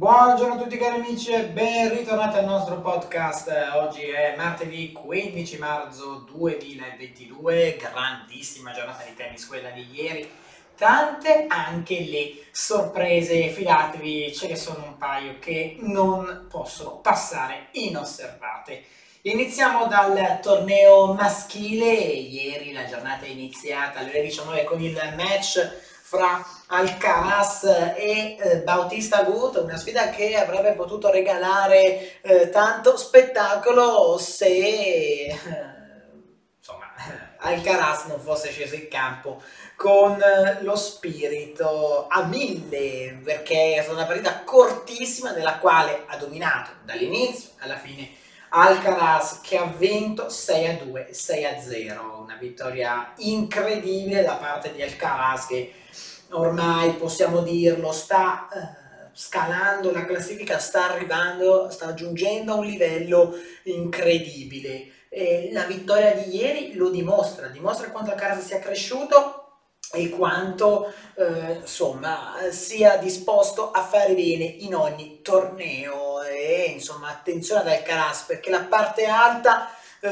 Buongiorno a tutti cari amici e ben ritornati al nostro podcast. Oggi è martedì 15 marzo 2022, grandissima giornata di tennis quella di ieri, tante anche le sorprese, fidatevi, ce ne sono un paio che non possono passare inosservate. Iniziamo dal torneo maschile. Ieri la giornata è iniziata alle ore 19 con il match fra Alcaraz e Bautista Agut, una sfida che avrebbe potuto regalare tanto spettacolo se insomma Alcaraz non fosse sceso in campo con lo spirito a 1000, perché è stata una partita cortissima nella quale ha dominato dall'inizio alla fine Alcaraz, che ha vinto 6-2, 6-0, una vittoria incredibile da parte di Alcaraz che ormai possiamo dirlo sta scalando la classifica, sta arrivando, sta aggiungendo a un livello incredibile. E la vittoria di ieri lo dimostra quanto Alcaraz sia cresciuto e quanto insomma sia disposto a fare bene in ogni torneo. E insomma attenzione ad Alcaraz, perché la parte alta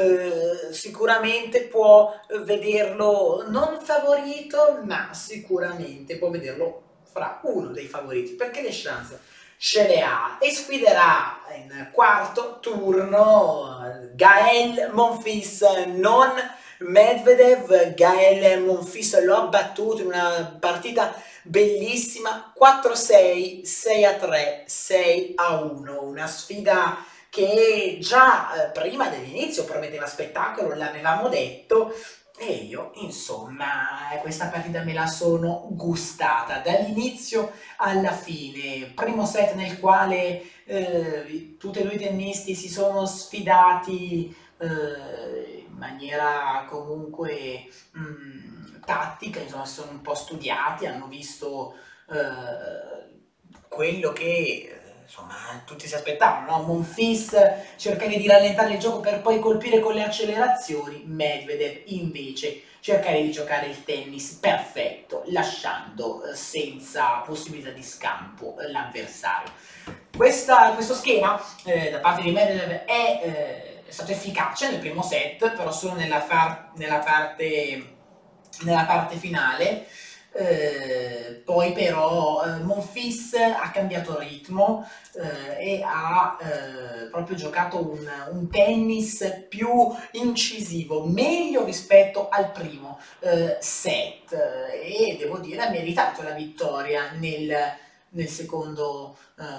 sicuramente può vederlo non favorito, ma sicuramente può vederlo fra uno dei favoriti, perché le chance ce le ha, e sfiderà in quarto turno Gael Monfils, non Medvedev. Gael Monfils lo ha battuto in una partita bellissima, 4-6, 6-3, 6-1, una sfida che già prima dell'inizio prometteva spettacolo, l'avevamo detto, e io insomma questa partita me la sono gustata dall'inizio alla fine. Primo set nel quale tutti e due i tennisti si sono sfidati in maniera comunque tattica, insomma si sono un po' studiati, hanno visto quello che insomma tutti si aspettavano, no? Monfils cercare di rallentare il gioco per poi colpire con le accelerazioni, Medvedev invece cercare di giocare il tennis perfetto, lasciando senza possibilità di scampo l'avversario. Questo schema da parte di Medvedev è stato efficace nel primo set, però solo nella parte finale. Poi però Monfils ha cambiato ritmo e ha proprio giocato un tennis più incisivo, meglio rispetto al primo set, e devo dire ha meritato la vittoria nel secondo,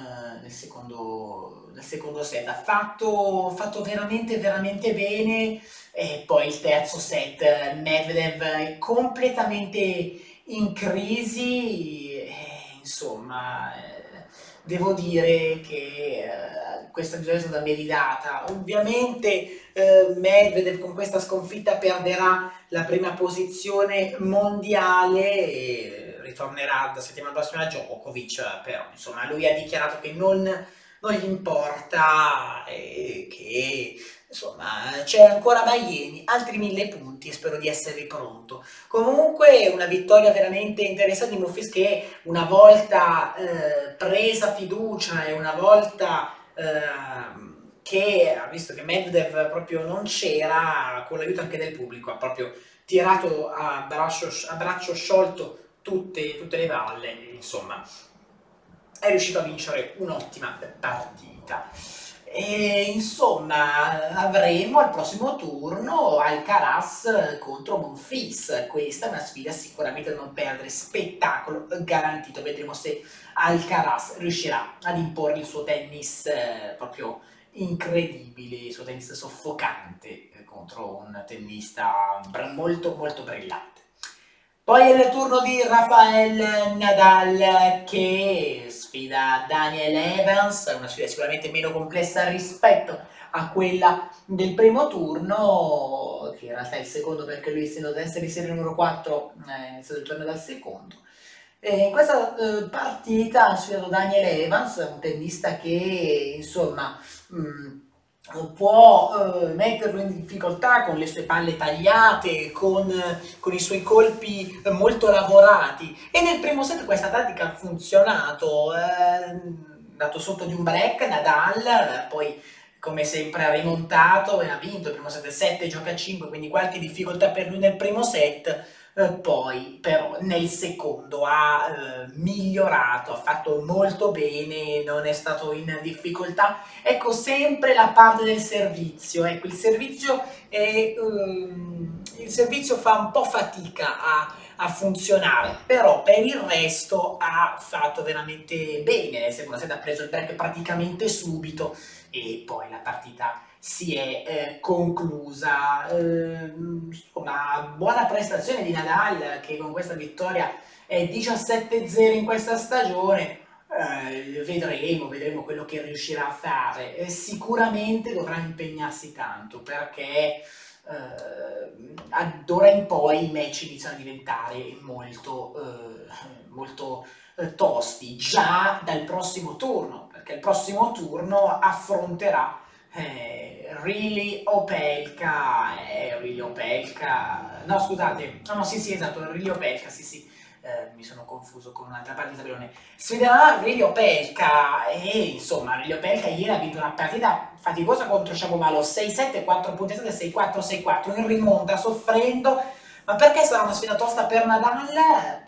nel secondo set. Ha fatto veramente veramente bene, e poi il terzo set Medvedev è completamente in crisi, insomma devo dire che questa vittoria è stata meritata. Ovviamente Medvedev con questa sconfitta perderà la prima posizione mondiale e ritornerà da settimana prossima a Djokovic, però insomma lui ha dichiarato che non gli importa e che insomma c'è ancora Maieni, altri 1000 punti e spero di essere pronto. Comunque una vittoria veramente interessante di Monfils, che una volta presa fiducia e una volta che ha visto che Medvedev proprio non c'era, con l'aiuto anche del pubblico ha proprio tirato a braccio sciolto tutte le valle, insomma è riuscito a vincere un'ottima partita. E insomma avremo al prossimo turno Alcaraz contro Monfils. Questa è una sfida sicuramente da non perdere, spettacolo garantito. Vedremo se Alcaraz riuscirà ad imporre il suo tennis proprio incredibile, il suo tennis soffocante contro un tennista molto molto brillante. Poi è il turno di Rafael Nadal che sfida Daniel Evans, una sfida sicuramente meno complessa rispetto a quella del primo turno, che in realtà è il secondo perché lui, essendo da essere di serie numero 4, è iniziato il torneo dal secondo. E in questa partita ha sfidato Daniel Evans, un tennista che insomma può metterlo in difficoltà con le sue palle tagliate, con i suoi colpi molto lavorati, e nel primo set questa tattica ha funzionato. andato sotto di un break Nadal, poi come sempre ha rimontato e ha vinto il primo set 7, gioca a 5, quindi qualche difficoltà per lui nel primo set, poi però nel secondo ha migliorato, ha fatto molto bene, non è stato in difficoltà. Ecco, sempre la parte del servizio, ecco, il servizio fa un po' fatica a funzionare, però per il resto ha fatto veramente bene. Nel secondo set ha preso il break praticamente subito e poi la partita si è conclusa. Una buona prestazione di Nadal che con questa vittoria è 17-0 in questa stagione. Vedremo quello che riuscirà a fare. Sicuramente dovrà impegnarsi tanto perché d'ora in poi i match iniziano a diventare molto tosti già dal prossimo turno, perché il prossimo turno affronterà Riley Opelka, no scusate, no sì esatto, Riley Opelka, sì, mi sono confuso con un'altra partita, sfiderà Riley Opelka e insomma Riley Opelka ieri ha vinto una partita faticosa contro Shapovalov 6-7, 4 punti 6-4, 6-4 in rimonta soffrendo. Ma perché sarà una sfida tosta per Nadal?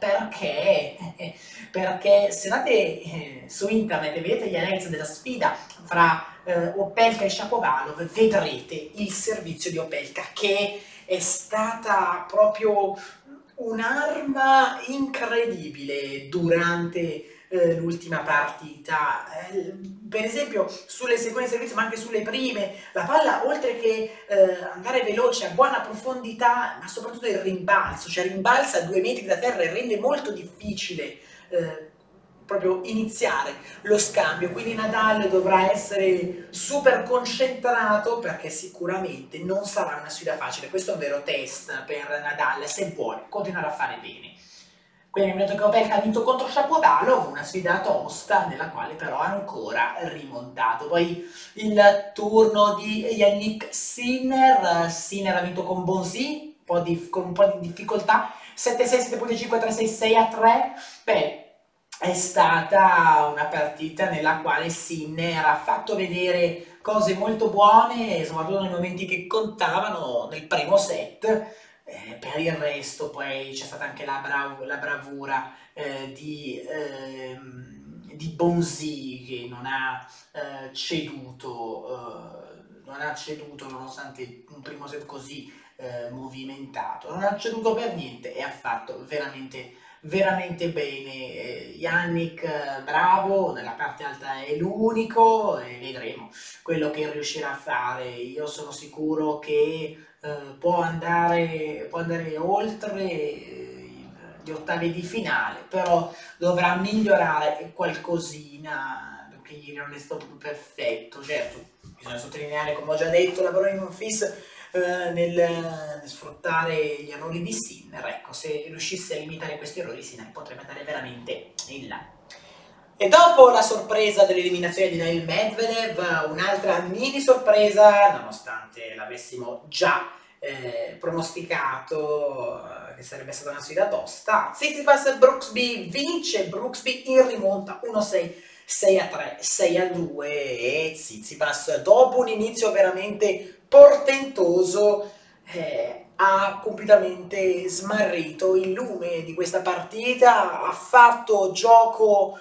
Perché se andate su internet e vedete gli highlights della sfida fra Opelka e Shapovalov, vedrete il servizio di Opelka che è stata proprio un'arma incredibile durante l'ultima partita. Per esempio sulle seconde servizi, ma anche sulle prime, la palla oltre che andare veloce a buona profondità, ma soprattutto il rimbalzo, cioè rimbalza a 2 metri da terra e rende molto difficile proprio iniziare lo scambio, quindi Nadal dovrà essere super concentrato perché sicuramente non sarà una sfida facile. Questo è un vero test per Nadal se vuole continuare a fare bene. Quindi abbiamo detto che Opelka ha vinto contro Shapovalov, una sfida tosta nella quale però ha ancora rimontato. Poi il turno di Yannick Sinner, Sinner ha vinto con Bonzi, con un po' di difficoltà, 7-6, 7.5, 3-6, 6-3. Beh, è stata una partita nella quale Sinner ha fatto vedere cose molto buone, soprattutto nei momenti che contavano nel primo set. Per il resto poi c'è stata anche la bravura di Bonzi che non ha ceduto nonostante un primo set così movimentato, non ha ceduto per niente e ha fatto veramente bene. Yannick bravo, nella parte alta è l'unico e vedremo quello che riuscirà a fare. Io sono sicuro che può andare oltre gli ottavi di finale, però dovrà migliorare qualcosina perché ieri non è stato più perfetto. Certo, bisogna sottolineare, come ho già detto, la lavoro in Monfils nel sfruttare gli errori di Sinner. Ecco, se riuscisse a limitare questi errori Sinner potrebbe andare veramente in là. E dopo la sorpresa dell'eliminazione di Daniil Medvedev, un'altra mini sorpresa, nonostante l'avessimo già pronosticato che sarebbe stata una sfida tosta. Tsitsipas Brooksby vince, Brooksby in rimonta 1-6, 6-3, 6-2 e Tsitsipas dopo un inizio veramente portentoso ha completamente smarrito il lume di questa partita, ha fatto gioco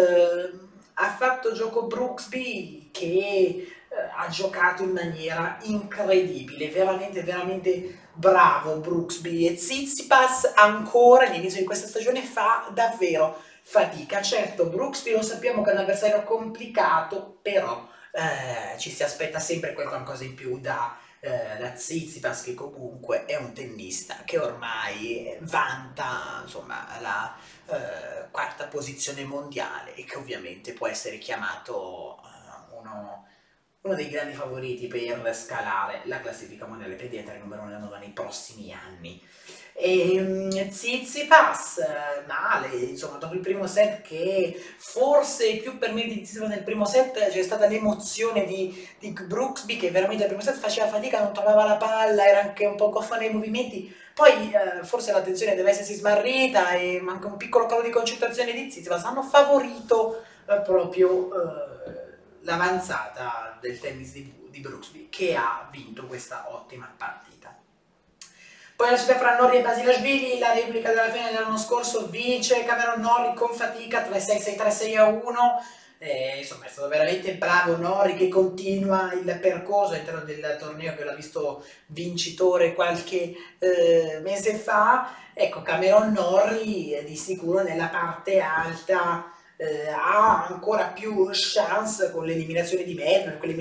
Brooksby che ha giocato in maniera incredibile, veramente bravo Brooksby, e Tsitsipas ancora all'inizio di questa stagione fa davvero fatica. Certo, Brooksby lo sappiamo che è un avversario complicato, però ci si aspetta sempre qualcosa in più da Tsitsipas, che comunque è un tennista che ormai vanta insomma la quarta posizione mondiale e che ovviamente può essere chiamato uno dei grandi favoriti per scalare la classifica mondiale per diventare numero 1 nei prossimi anni. E Tsitsipas male, insomma, dopo il primo set, che forse più per me di Tsitsipas nel primo set c'è stata l'emozione di Brooksby che veramente al primo set faceva fatica, non trovava la palla, era anche un po' goffa nei movimenti. Poi forse l'attenzione deve essersi smarrita e manca un piccolo calo di concentrazione di Tsitsipas, hanno favorito proprio l'avanzata del tennis di Brooksby, che ha vinto questa ottima partita. Poi la sfida fra Norrie e Basilashvili, la replica della fine dell'anno scorso, vince Cameron Norrie con fatica 3-6, 6-3, 6-1. Insomma, è stato veramente bravo Norrie, che continua il percorso all'interno del torneo che l'ha visto vincitore qualche mese fa. Ecco, Cameron Norrie di sicuro nella parte alta ha ancora più chance con l'eliminazione di Medvedev, con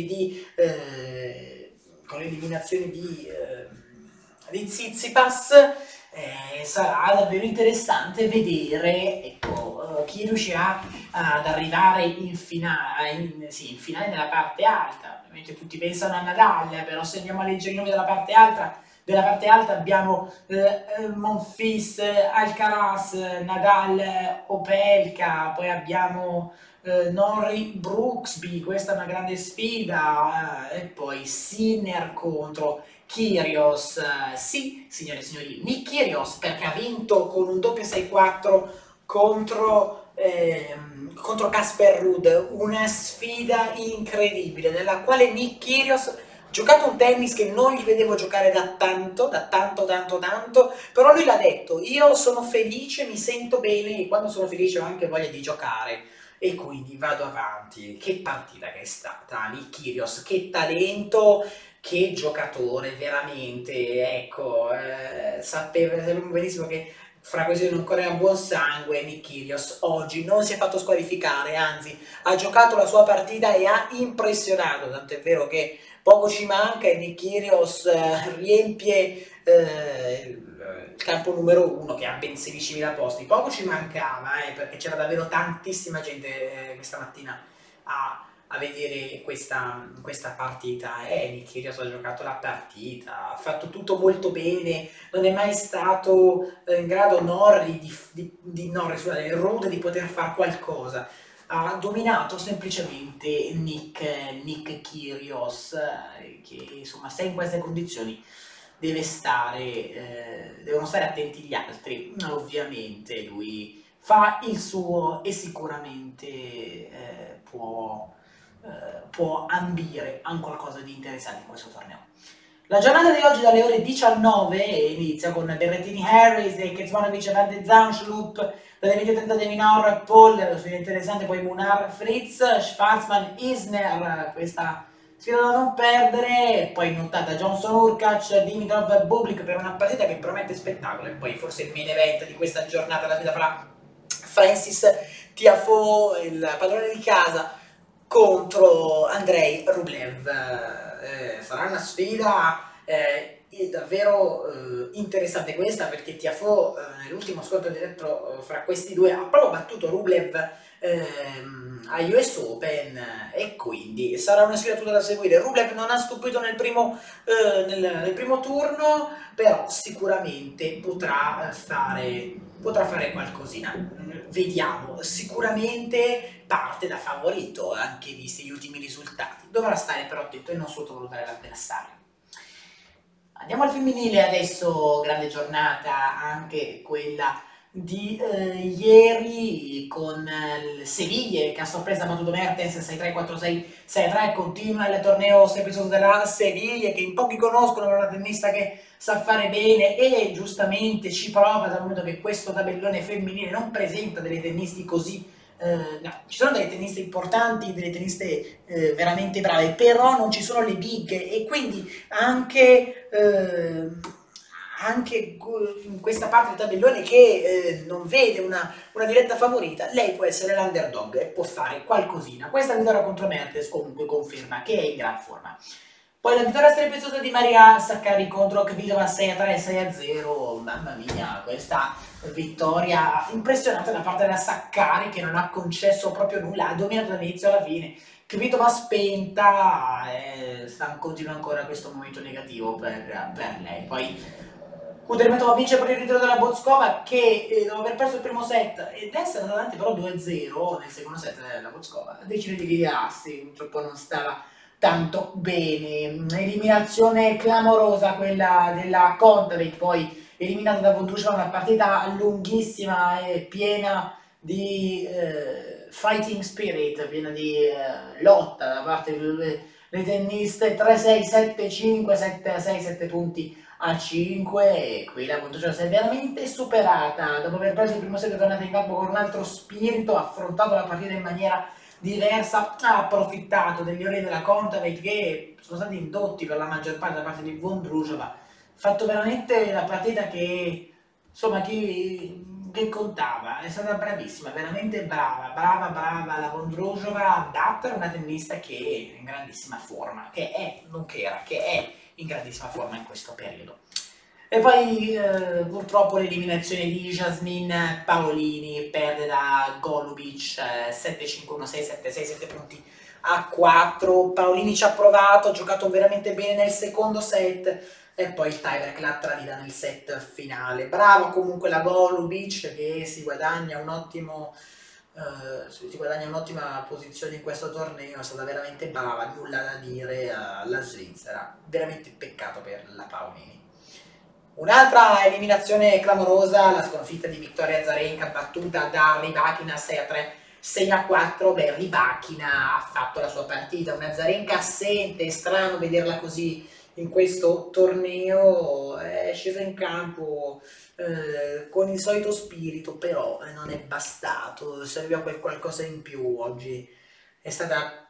l'eliminazione di Tsitsipas. Sarà davvero interessante vedere, ecco, chi riuscirà ad arrivare in finale, in finale nella parte alta. Ovviamente tutti pensano a Nadal, però se andiamo a leggere i nomi della parte alta abbiamo Monfils, Alcaraz, Nadal, Opelka, poi abbiamo Norrie, Brooksby, questa è una grande sfida, e poi Sinner contro Kyrgios. Sì, signore e signori, Nick Kyrgios, perché ha vinto con un doppio 6-4 contro Casper Ruud, una sfida incredibile nella quale Nick Kyrgios ha giocato un tennis che non gli vedevo giocare da tanto, però lui l'ha detto: io sono felice, mi sento bene e quando sono felice ho anche voglia di giocare e quindi vado avanti. Che partita che è stata, Nick Kyrgios, che talento, che giocatore, veramente, ecco, sappiamo benissimo che fra questi non correva buon sangue. Nick Kyrgios oggi non si è fatto squalificare, anzi ha giocato la sua partita e ha impressionato, tanto è vero che poco ci manca e Nick Kyrgios riempie il campo numero 1 che ha ben 16.000 posti. Poco ci mancava, perché c'era davvero tantissima gente questa mattina a vedere questa partita. Nick Kyrgios ha giocato la partita, ha fatto tutto molto bene, non è mai stato in grado Ruud di poter fare qualcosa. Ha dominato semplicemente Nick Kyrgios, che insomma, se in queste condizioni devono stare attenti gli altri. Ovviamente lui fa il suo e sicuramente può ambire a un qualcosa di interessante in questo torneo. La giornata di oggi dalle ore 19 inizia con Berrettini Harris e Kecmanovic e Van de Zandschulp, dalle 20:30 De Minaur Paul, sfida interessante, poi Munar Fritz, Schwarzman Isner, questa sfida da non perdere, poi notata Johnson Urkac, Dimitrov Bublik per una partita che promette spettacolo, e poi forse il main event di questa giornata, la sfida fra Francis Tiafoe, il padrone di casa, contro Andrei Rublev. Sarà una sfida davvero interessante questa, perché Tiafoe nell'ultimo scontro diretto fra questi due ha proprio battuto Rublev a US Open, e quindi sarà una sfida tutta da seguire. Rublev non ha stupito nel primo turno, però sicuramente potrà fare qualcosina. Vediamo, sicuramente parte da favorito, anche visti gli ultimi risultati. Dovrà stare però attento e non sottovalutare l'avversario. Andiamo al femminile adesso, grande giornata anche quella di ieri, con il Seviglia che a sorpresa ha battuto Mertens 6-3, 4-6, 6-3, continua il torneo semplice della Seviglia, che in pochi conoscono, è una tennista che sa fare bene e giustamente ci prova, dal momento che questo tabellone femminile non presenta delle tennisti così no, ci sono delle tenniste importanti, delle tenniste veramente brave, però non ci sono le big, e quindi anche in questa parte del tabellone che non vede una diretta favorita, lei può essere l'underdog e può fare qualcosina. Questa vittoria contro Mertens comunque conferma che è in gran forma. Poi la vittoria strepitosa di Maria Sakkari contro Kvitova 6-3, 6-0, mamma mia, questa vittoria impressionante da parte della Sakkari, che non ha concesso proprio nulla, ha dominato dall'inizio alla fine. Kvitova spenta, continua ancora questo momento negativo per lei. Poi Kudermetova vince per il ritiro della Bouzkova, che dopo aver perso il primo set ed essere andata avanti però 2-0 nel secondo set della Bouzkova, decide di ritirarsi, purtroppo non stava tanto bene. Eliminazione clamorosa quella della Kontaveit, poi eliminata da Vondrousova, una partita lunghissima e piena di fighting spirit, piena di lotta da parte delle tenniste, 3-6, 7-5, 7-6, 7 punti a 5, e qui la Contagiosa si è veramente superata. Dopo aver preso il primo set è tornata in campo con un altro spirito, ha affrontato la partita in maniera diversa, ha approfittato degli errori della Kontaveit che sono stati indotti per la maggior parte da parte di Vondrousova, ha fatto veramente la partita che, insomma, che contava. È stata bravissima, veramente brava la Vondrousova a battere una tennista che è in grandissima forma, che è, non che era, che è in grandissima forma in questo periodo. E poi purtroppo l'eliminazione di Jasmine Paolini, perde da Golubic 7-5, 1-6, 7-6, 7 punti a 4. Paolini ci ha provato, ha giocato veramente bene nel secondo set e poi il tiebreak l'ha tradita nel set finale. Brava comunque la Golubic che si guadagna un ottimo... si guadagna un'ottima posizione in questo torneo, è stata veramente brava, nulla da dire alla Svizzera, veramente peccato per la Paolini. Un'altra eliminazione clamorosa, la sconfitta di Victoria Azarenka battuta da Rybakina 6-3, 6-4. Beh, Rybakina ha fatto la sua partita, una Azarenka assente, è strano vederla così in questo torneo, è scesa in campo con il solito spirito, però non è bastato, serviva qualcosa in più oggi, è stata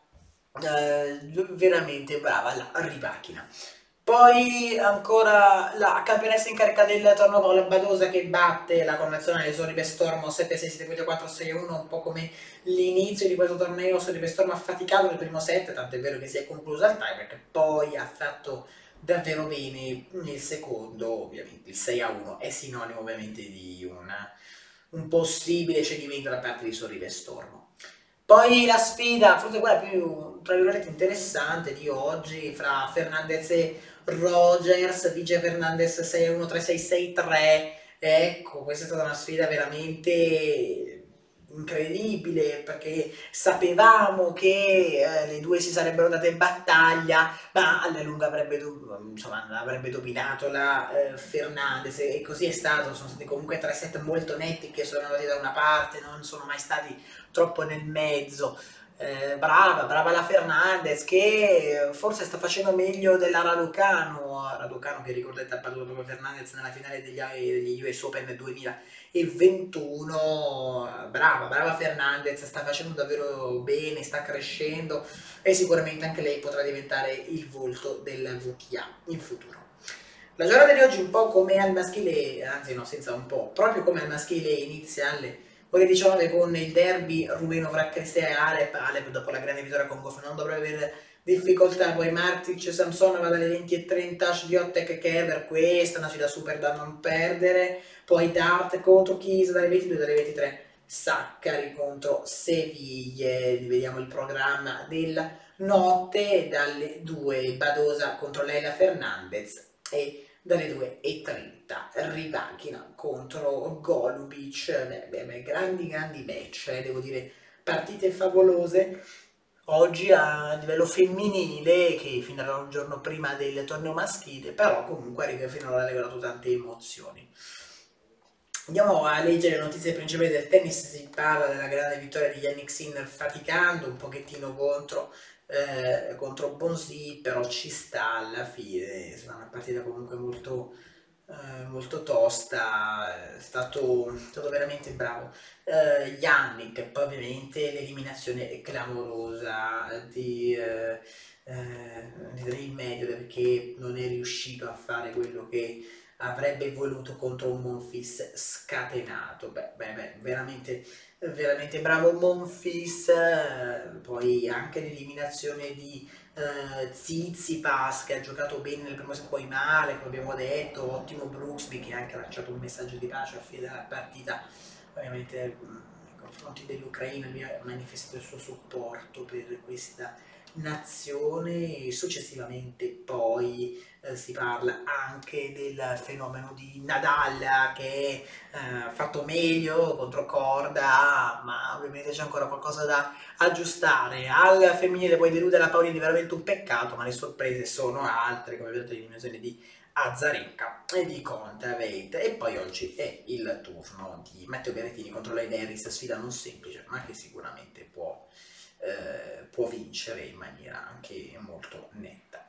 veramente brava la Rybakina. Poi ancora la campionessa in carica del torneo, la Badosa, che batte la connazionale Soribes Stormo 7-6, 7-4, 6-1, un po' come l'inizio di questo torneo. Soribes Stormo ha faticato nel primo set, tant'è vero che si è conclusa il tiebreak, poi ha fatto davvero bene nel secondo. Ovviamente il 6-1 è sinonimo ovviamente di un possibile cedimento da parte di Soribes Stormo. Poi la sfida, forse quella più, tra virgolette, interessante di oggi, fra Fernandez e Rogers, vince Fernandez 6-1, 3-6, 6-3. Ecco, questa è stata una sfida veramente incredibile, perché sapevamo che le due si sarebbero date in battaglia, ma alla lunga avrebbe dominato la Fernandez, e così è stato. Sono stati comunque 3 set molto netti che sono andati da una parte, non sono mai stati troppo nel mezzo. Brava la Fernandez, che forse sta facendo meglio della Raducanu, che ricordate ha battuto proprio Fernandez nella finale degli US Open 2021. Brava Fernandez, sta facendo davvero bene, sta crescendo, e sicuramente anche lei potrà diventare il volto del WTA in futuro. La giornata di oggi, un po' come al maschile, anzi no, senza un po', proprio come al maschile, inizia alle ore 19 con il derby rumeno fra Cristea e Alep. Dopo la grande vittoria con Goff non dovrebbe avere difficoltà. Poi Martic, Samsonova dalle 20:30, Swiatek, Kerber, questa è una sfida super da non perdere. Poi Dart contro Chiesa dalle 22, dalle 23 Saccari contro Seviglie. Vediamo il programma della notte. Dalle 2 Badosa contro Leila Fernandez, e dalle 2:30 Rybakina contro Golubic. Grandi match, devo dire, partite favolose oggi a livello femminile, che fino a un giorno prima del torneo maschile, però comunque finora ha regalato tante emozioni. Andiamo a leggere le notizie principali del tennis. Si parla della grande vittoria di Jannik Sinner, faticando un pochettino contro Bonzi, però ci sta alla fine. È stata una partita comunque molto tosta, è stato veramente bravo Jannik. Poi ovviamente l'eliminazione clamorosa di Daniil Medvedev, perché non è riuscito a fare quello che avrebbe voluto contro un Monfils scatenato. Veramente bravo Monfils. Poi anche l'eliminazione di Tsitsipas, che ha giocato bene nel primo set, poi male, come abbiamo detto. Ottimo Brooksby, che ha anche lanciato un messaggio di pace alla fine della partita, ovviamente nei confronti dell'Ucraina. Lui ha manifestato il suo supporto per questa nazione. Successivamente poi si parla anche del fenomeno di Nadal, che ha fatto meglio contro Corda, ma ovviamente c'è ancora qualcosa da aggiustare. Al femminile poi delude la Paolini, veramente un peccato, ma le sorprese sono altre, come vedete l'eliminazione di Azarenka e di Contraveit. E poi oggi è il turno di Matteo Berrettini contro Lloyd Harris, sfida non semplice ma che sicuramente può vincere in maniera anche molto netta.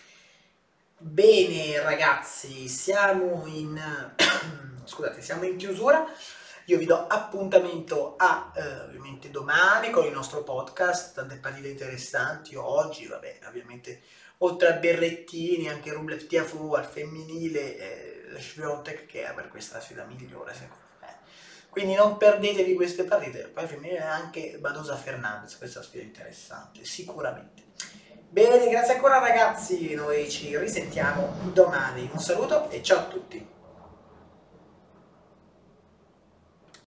Bene ragazzi, siamo in scusate, siamo in chiusura. Io vi do appuntamento a ovviamente domani con il nostro podcast, tante partite interessanti oggi, vabbè, ovviamente oltre a Berrettini anche Rublev Tiafoe al femminile, Swiatek che è per questa sfida migliore secondo me. Quindi non perdetevi queste partite, poi al femminile anche Badosa Fernandez, questa sfida interessante, sicuramente. Bene, grazie ancora ragazzi, noi ci risentiamo domani. Un saluto e ciao a tutti.